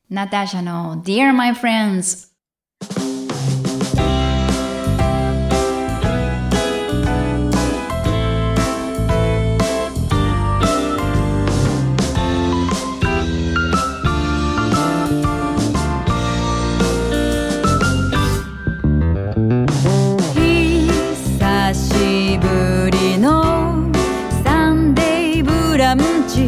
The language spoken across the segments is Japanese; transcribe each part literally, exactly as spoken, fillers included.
ナターシャの Dear My Friends。 久しぶりのサンデーブランチ。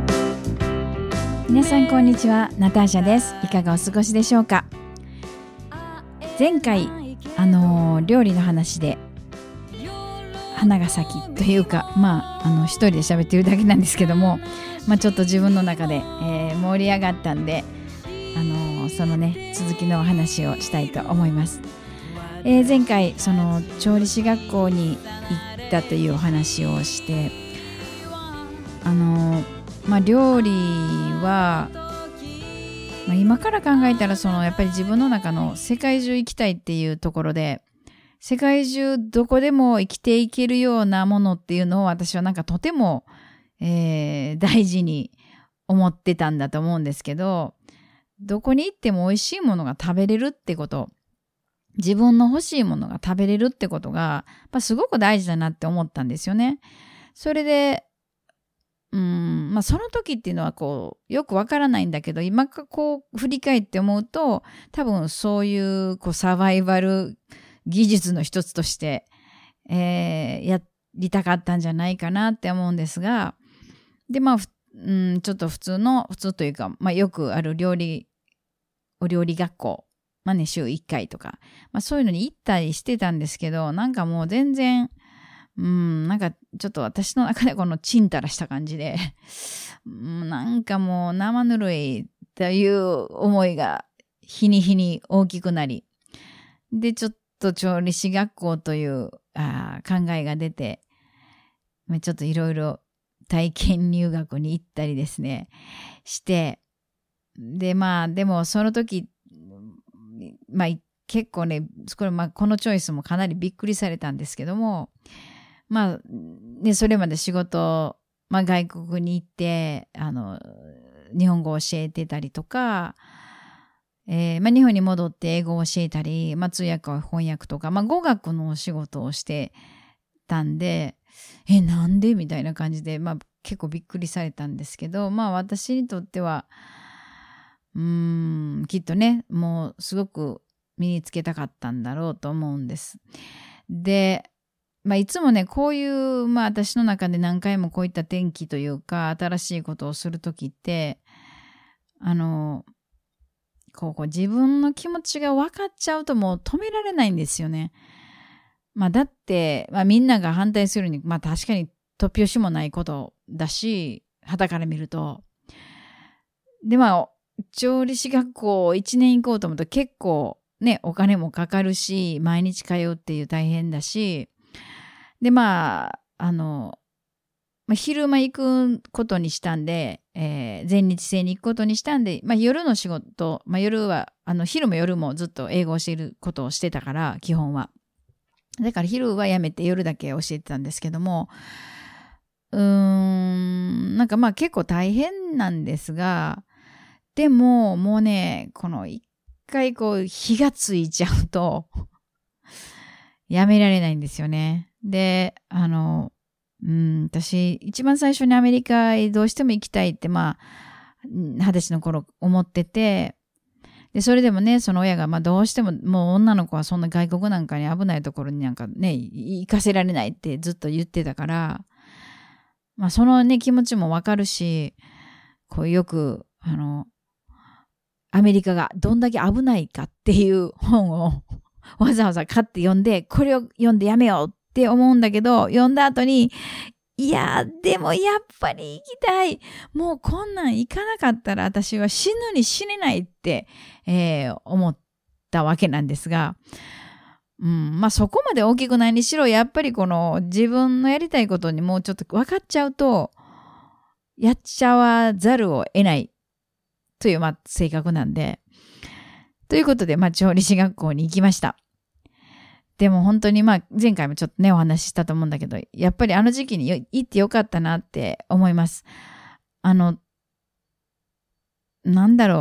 皆さんこんにちは、ナターシャです。いかがお過ごしでしょうか。前回あのー、料理の話で花が咲きというか、まああの一人で喋ってるだけなんですけども、まあちょっと自分の中で、えー、盛り上がったんで、あのー、そのね続きのお話をしたいと思います。えー、前回その調理師学校に行ったというお話をして、あのーまあ、料理は、まあ、今から考えたらそのやっぱり自分の中の世界中行きたいっていうところで、世界中どこでも生きていけるようなものっていうのを私はなんかとても、えー、大事に思ってたんだと思うんですけど、どこに行っても美味しいものが食べれるってこと、自分の欲しいものが食べれるってことがやっぱすごく大事だなって思ったんですよね。それでうんまあ、その時っていうのはこうよくわからないんだけど、今かこう振り返って思うと、多分そういう、こうサバイバル技術の一つとして、えー、やりたかったんじゃないかなって思うんですが、でまあ、うん、ちょっと普通の普通というか、まあ、よくある料理お料理学校、まあね、週いっかいとか、まあ、そういうのに行ったりしてたんですけど、なんかもう全然うん、なんかちょっと私の中でこのチンタラした感じで、うん、なんかもう生ぬるいという思いが日に日に大きくなり、でちょっと調理師学校というあ考えが出て、ちょっといろいろ体験入学に行ったりですねして、でまあでもその時まあ結構ねこれ、まあ、このチョイスもかなりびっくりされたんですけども、まあね、それまで仕事、まあ、外国に行ってあの日本語を教えてたりとか、えーまあ、日本に戻って英語を教えたり、まあ、通訳翻訳とか、まあ、語学のお仕事をしてたんで、えなんでみたいな感じで、まあ、結構びっくりされたんですけど、まあ私にとってはうーんきっとねもうすごく身につけたかったんだろうと思うんです。でまあ、いつもねこういう、まあ、私の中で何回もこういった転機というか新しいことをするときってあのこうこう自分の気持ちが分かっちゃうともう止められないんですよね。まあ、だって、まあ、みんなが反対するに、まあ、確かに突拍子もないことだし傍から見ると。でまあ調理師学校いちねん行こうと思うと結構ねお金もかかるし毎日通うっていう大変だし、でまああの、まあ、昼間行くことにしたんで、えー、全日制に行くことにしたんで、まあ、夜の仕事、まあ、夜はあの昼も夜もずっと英語を教えることをしてたから基本はだから昼はやめて夜だけ教えてたんですけども、うーんなんかまあ結構大変なんですが、でももうねこの一回こう火がついちゃうとやめられないんですよね。で、あの、うん、私、一番最初にアメリカへどうしても行きたいって、まあ、二十歳の頃思ってて、で、それでもね、その親が、まあ、どうしても、もう女の子はそんな外国なんかに危ないところになんかね、行かせられないってずっと言ってたから、まあ、そのね、気持ちもわかるし、こうよく、あの、アメリカがどんだけ危ないかっていう本をわざわざ買って読んで、これを読んでやめようって思うんだけど、読んだ後に、いや、でもやっぱり行きたい。もうこんなん行かなかったら私は死ぬに死ねないって、えー、思ったわけなんですが、うん、まあそこまで大きくないにしろ、やっぱりこの自分のやりたいことにもうちょっと分かっちゃうと、やっちゃわざるを得ないという、まあ、性格なんで、ということで、まあ、調理師学校に行きました。でも本当にまあ前回もちょっとねお話ししたと思うんだけど、やっぱりあの時期に行ってよかったなって思います。あのなんだろう、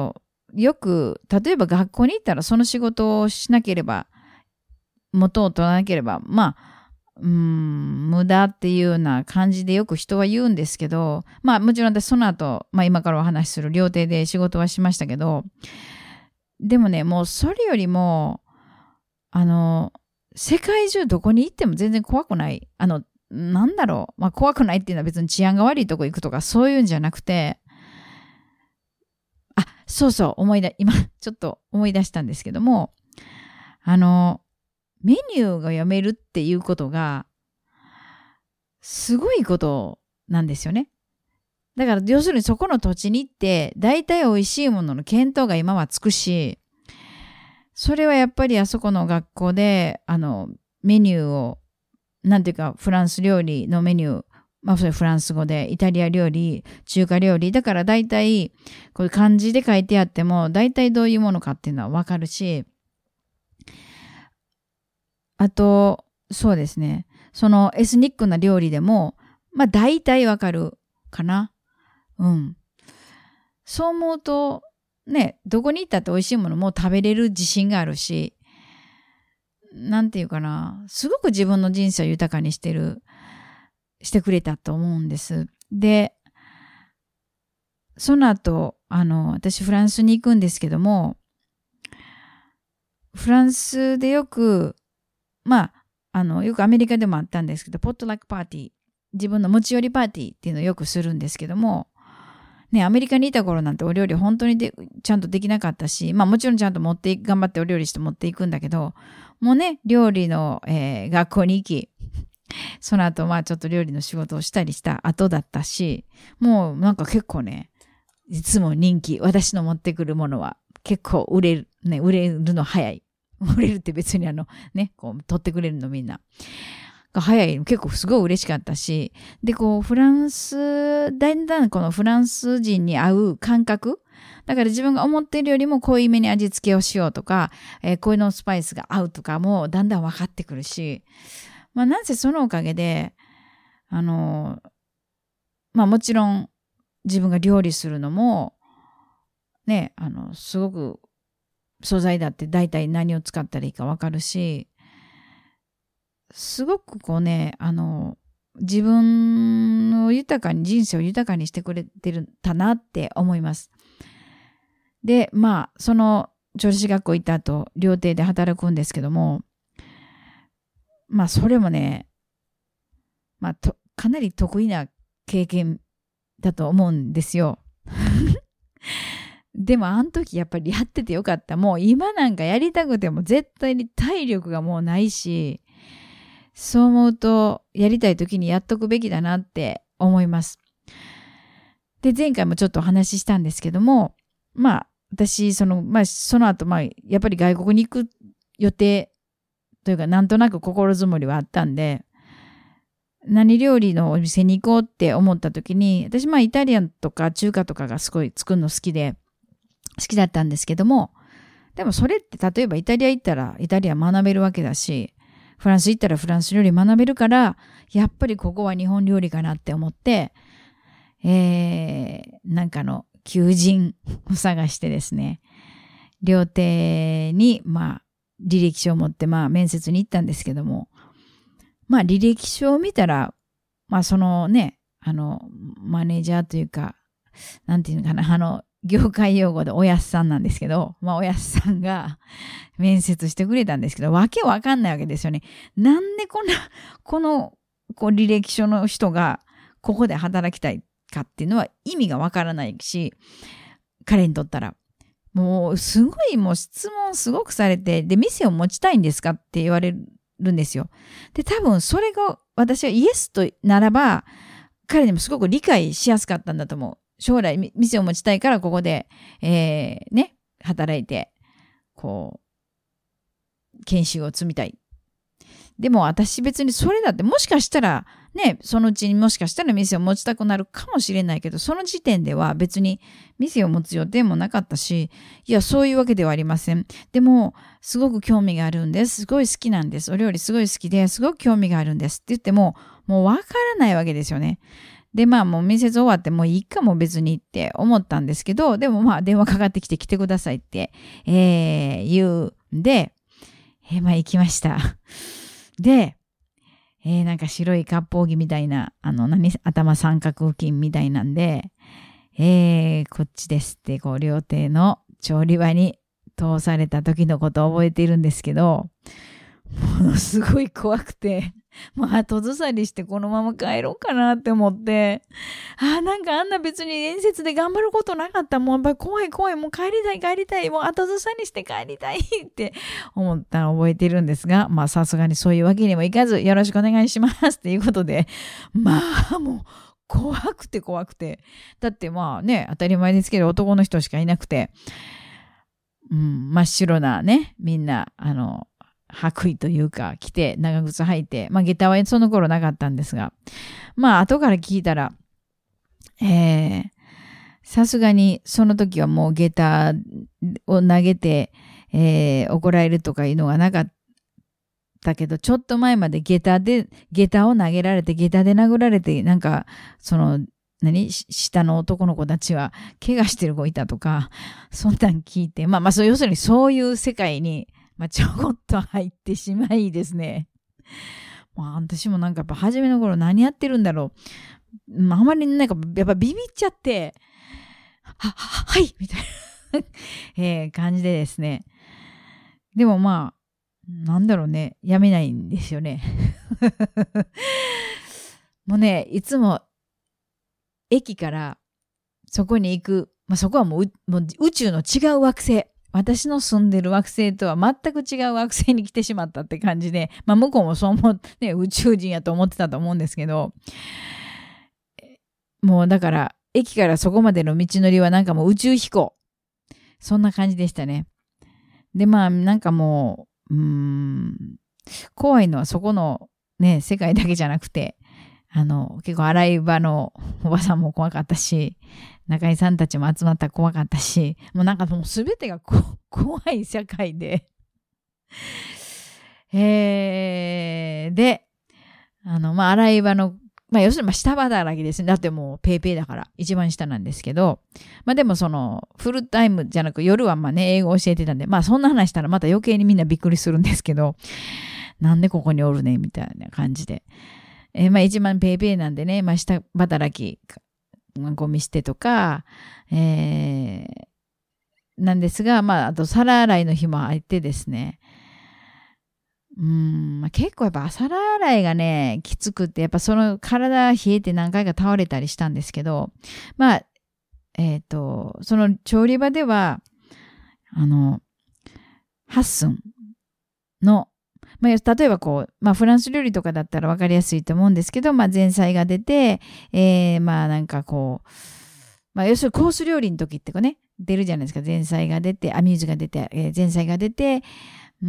よく、例えば学校に行ったらその仕事をしなければ、元を取らなければ、まあ、うーん、無駄っていうような感じでよく人は言うんですけど、まあもちろん私その後、まあ今からお話しする料亭で仕事はしましたけど、でもね、もうそれよりも、あの、世界中どこに行っても全然怖くない。あの、なんだろう。まあ怖くないっていうのは別に治安が悪いとこ行くとかそういうんじゃなくて、あ、そうそう、思い出、今ちょっと思い出したんですけども、あの、メニューが読めるっていうことが、すごいことなんですよね。だから要するにそこの土地に行って、大体美味しいものの検討が今はつくし、それはやっぱりあそこの学校で、あの、メニューを、なんていうか、フランス料理のメニュー、まあそれフランス語で、イタリア料理、中華料理、だから大体、こういう漢字で書いてあっても、大体どういうものかっていうのはわかるし、あと、そうですね。そのエスニックな料理でも、まあ大体わかるかな。うん。そう思うと、ね、どこに行ったって美味しいものも食べれる自信があるし、なんていうかな、すごく自分の人生を豊かにしてる、してくれたと思うんです。で、その後、あの、私フランスに行くんですけども、フランスでよく、まあ、あの、よくアメリカでもあったんですけど、ポットラックパーティー、自分の持ち寄りパーティーっていうのをよくするんですけども、ね、アメリカにいた頃なんてお料理本当にでちゃんとできなかったし、まあもちろんちゃんと持ってい頑張ってお料理して持っていくんだけど、もうね、料理の、えー、学校に行き、その後まあちょっと料理の仕事をしたりした後だったし、もうなんか結構ね、いつも人気、私の持ってくるものは結構売れる、ね、売れるの早い。売れるって別にあの、ね、こう取ってくれるのみんな。が早い、結構すごい嬉しかったし、で、こう、フランス、だんだんこのフランス人に合う感覚、だから自分が思っているよりも濃いめに味付けをしようとか、えー、こういうのスパイスが合うとかもだんだん分かってくるし、まあなんせそのおかげで、あの、まあもちろん自分が料理するのも、ね、あの、すごく素材だって大体何を使ったらいいか分かるし、すごくこうね、あの、自分を豊かに、人生を豊かにしてくれてるたなって思います。で、まあ、その調理師学校行った後、料亭で働くんですけども、まあ、それもね、まあ、と、かなり得意な経験だと思うんですよ。でも、あの時やっぱりやっててよかった。もう今なんかやりたくても絶対に体力がもうないし、そう思うと、やりたい時にやっとくべきだなって思います。で、前回もちょっとお話ししたんですけども、まあ、私、その、まあ、その後、まあ、やっぱり外国に行く予定というか、なんとなく心づもりはあったんで、何料理のお店に行こうって思った時に、私、まあ、イタリアンとか中華とかがすごい作るの好きで、好きだったんですけども、でもそれって例えばイタリア行ったらイタリアン学べるわけだし、フランス行ったらフランス料理学べるから、やっぱりここは日本料理かなって思って、えー、なんかの求人を探してですね、料亭に、まあ、履歴書を持って、まあ、面接に行ったんですけども、まあ、履歴書を見たら、まあ、そのね、あの、マネージャーというか、なんていうのかな、あの、業界用語でおやっさんなんですけど、まあおやっさんが面接してくれたんですけど、わけわかんないわけですよね。なんでこんな、このこう履歴書の人がここで働きたいかっていうのは意味がわからないし、彼にとったら。もうすごいもう質問すごくされて、で、店を持ちたいんですかって言われるんですよ。で、多分それが私はイエスとならば、彼にもすごく理解しやすかったんだと思う。将来店を持ちたいからここで、えー、ね、働いて、こう、研修を積みたい。でも私別にそれだってもしかしたら、ね、そのうちにもしかしたら店を持ちたくなるかもしれないけど、その時点では別に店を持つ予定もなかったし、いや、そういうわけではありません。でも、すごく興味があるんです。すごい好きなんです。お料理すごい好きで、すごく興味があるんですって言っても、もうわからないわけですよね。 で、まあもう面接終わってもういいかも別にって思ったんですけど、でもまあ電話かかってきて来てくださいって、えー、言うんで、えー、まあ行きました。で、えー、なんか白い割烹着みたいな、あの、何、頭三角巾みたいなんで、えー、こっちですって、こう、料亭の調理場に通された時のことを覚えているんですけど、ものすごい怖くて、もう後ずさりしてこのまま帰ろうかなって思って、ああ、なんかあんな別に面接で頑張ることなかった。もうやっぱり怖い怖い。もう帰りたい帰りたい。もう後ずさりして帰りたいって思ったのを覚えているんですが、まあさすがにそういうわけにもいかず、よろしくお願いしますっていうことで、まあもう怖くて怖くて。だってまあね、当たり前ですけど男の人しかいなくて、うん、真っ白なね、みんな、あの、白衣というか着て長靴履いて、まあ下駄はその頃なかったんですが、まあ後から聞いたら、えー、さすがにその時はもう下駄を投げて、えー、怒られるとかいうのがなかったけど、ちょっと前まで下駄で、下駄を投げられて、下駄で殴られて、なんか、その、何下の男の子たちは怪我してる子いたとか、そんなん聞いて、まあまあそう、要するにそういう世界に、まあ、ちょこっと入ってしまいですね。まあ、私もなんかやっぱ初めの頃何やってるんだろう。まあ、あまりなんかやっぱビビっちゃって、は、は、はいみたいな、えー、感じでですね。でもまあ、なんだろうね、やめないんですよね。もうね、いつも駅からそこに行く、まあ、そこはもう、もう宇宙の違う惑星。私の住んでる惑星とは全く違う惑星に来てしまったって感じで、まあ向こうもそう思って、ね、宇宙人やと思ってたと思うんですけど、もうだから、駅からそこまでの道のりはなんかもう宇宙飛行。そんな感じでしたね。で、まあなんかもう、うーん、怖いのはそこのね、世界だけじゃなくて、あの、結構洗い場のおばさんも怖かったし、中井さんたちも集まったら怖かったし、もうなんかもうすべてがこ怖い社会で、えー、で、あの、まあ、洗い場の、まあ、要するにまあ下働きですね。だってもうペイペイだから一番下なんですけど、まあでもそのフルタイムじゃなく夜はまあね、英語教えてたんで、まあそんな話したらまた余計にみんなびっくりするんですけど、なんでここにおるねみたいな感じで。えー、まあ一番ペイペイなんでね、まあ下働き、ゴミ捨てとか、えー、なんですが、まあ、あと皿洗いの日もあってですね、うーん、まあ、結構やっぱ皿洗いがね、きつくって、やっぱその体冷えて何回か倒れたりしたんですけど、まあ、えっと、その調理場では、あの、ハッスンの、まあ、例えばこう、まあ、フランス料理とかだったら分かりやすいと思うんですけど、まあ、前菜が出て、えー、まあ、なんかこう、まあ、要するにコース料理の時ってこうね、出るじゃないですか。前菜が出て、アミューズが出て、えー、前菜が出て、うー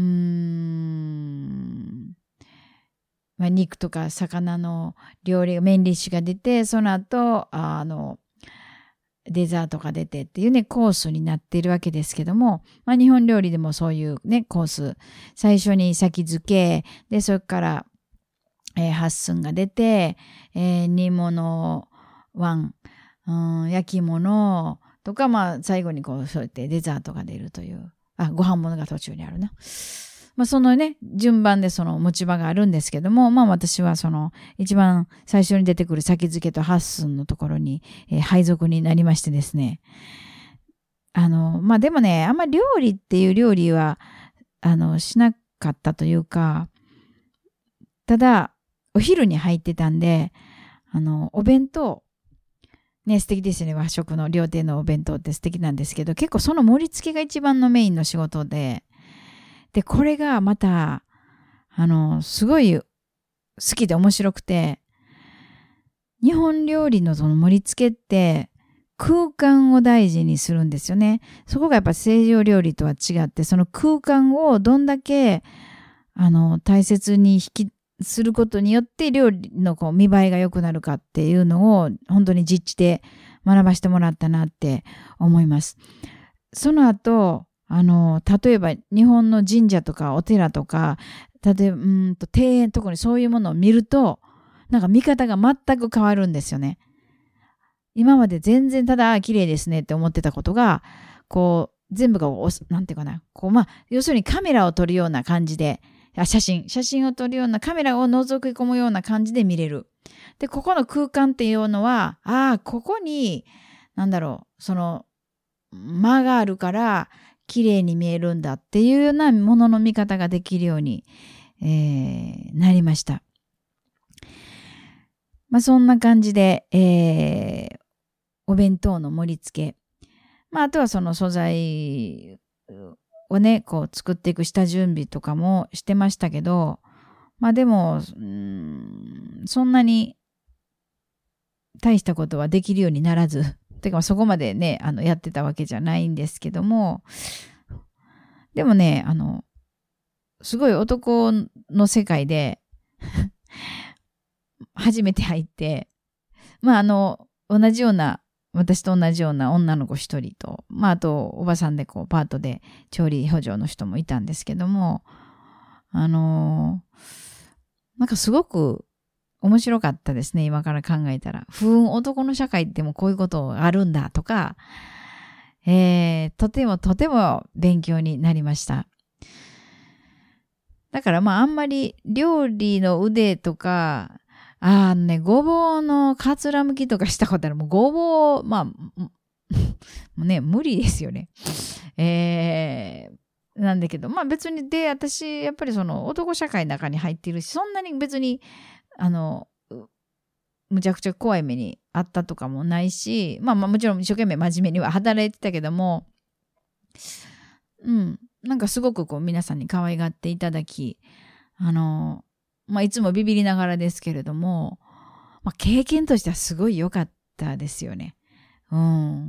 ん、まあ、肉とか魚の料理が、メインディッシュが出て、その後、あの、デザートが出てっていうね、コースになっているわけですけども、まあ日本料理でもそういうね、コース、最初に先付け、で、それから、えー、ハッスンが出て、えー、煮物、ワン、うん、焼き物とか、まあ最後にこう、そうやってデザートが出るという、あ、ご飯物が途中にあるな。まあそのね、順番でその持ち場があるんですけども、まあ私はその一番最初に出てくる先付けとハッスンのところに、えー、配属になりましてですね。あの、まあでもね、あんま料理っていう料理は、あの、しなかったというか、ただ、お昼に入ってたんで、あの、お弁当、ね、素敵ですよね。和食の料亭のお弁当って素敵なんですけど、結構その盛り付けが一番のメインの仕事で、で、これがまた、あの、すごい好きで面白くて、日本料理のその盛り付けって空間を大事にするんですよね。そこがやっぱ西洋料理とは違って、その空間をどんだけ、あの、大切に引き、することによって料理のこう見栄えが良くなるかっていうのを本当に実地で学ばせてもらったなって思います。その後、あの、例えば日本の神社とかお寺とか、例えば、うんと庭園、特にそういうものを見ると、なんか見方が全く変わるんですよね。 今まで全然ただ綺麗ですねって思ってたことが、こう、全部がお、なんていうかな、こう、まあ、要するにカメラを撮るような感じで、あ写真、写真を撮るようなカメラを覗き込むような感じで見れる。で、ここの空間っていうのは、ああ、ここに、なんだろう、その、間があるから、綺麗に見えるんだっていうようなものの見方ができるように、えー、なりました。まあ、そんな感じで、えー、お弁当の盛り付け。まあ、あとはその素材をね、こう作っていく下準備とかもしてましたけど、まあでも、うーん、そんなに大したことはできるようにならず、てかそこまでね、あの、やってたわけじゃないんですけども、でもね、あの、すごい男の世界で初めて入って、まああの、同じような、私と同じような女の子一人と、まああとおばさんでこうパートで調理補助の人もいたんですけども、あのー、なんかすごく面白かったですね、今から考えたら。不運男の社会ってもこういうことあるんだとか、えー、とてもとても勉強になりました。だからまああんまり料理の腕とか、あのね、ごぼうのかつらむきとかしたことある。もうごぼう、まあ、もうね、無理ですよね。えー、なんだけど、まあ別に、で、私、やっぱりその男社会の中に入っているし、そんなに別に、あの、むちゃくちゃ怖い目にあったとかもないし、まあまあもちろん一生懸命真面目には働いてたけども、うん、なんかすごくこう皆さんに可愛がっていただき、あの、まあいつもビビりながらですけれども、まあ経験としてはすごい良かったですよね。うん。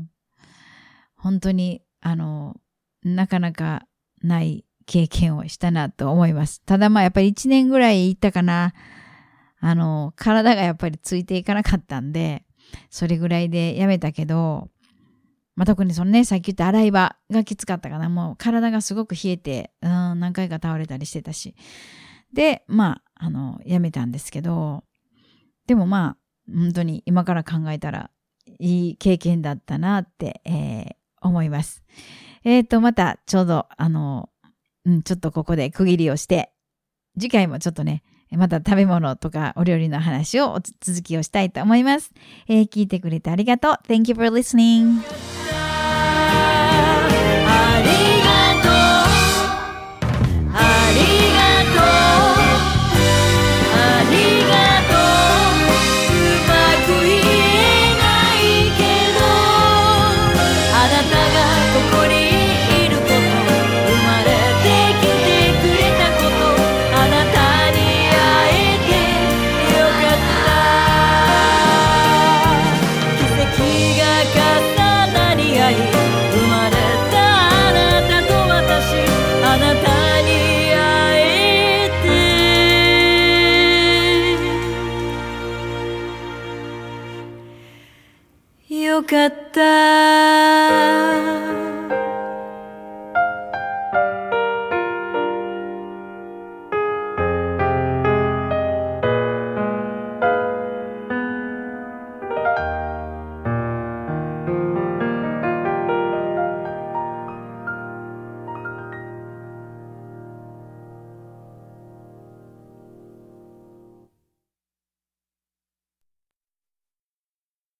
本当に、あの、なかなかない経験をしたなと思います。ただまあやっぱりいちねんぐらい行ったかな。あの、体がやっぱりついていかなかったんで、それぐらいでやめたけど、まあ、特にそのね、さっき言った洗い場がきつかったかな。もう体がすごく冷えて、うん、何回か倒れたりしてたし。で、まあ、あの、やめたんですけど、でもまあ、本当に今から考えたら、いい経験だったなって、えー、思います。えっと、また、ちょうど、あの、うん、ちょっとここで区切りをして、次回もちょっとね、また食べ物とかお料理の話を続きをしたいと思います。えー、聞いてくれてありがとう。Thank you for listening. ありがとう。ありがとう。ありがとう。うまく言えないけど、あなたがここにいること、生まれてきてくれたこと、あなた生まれたあなたと私、あなたに会えてよかった。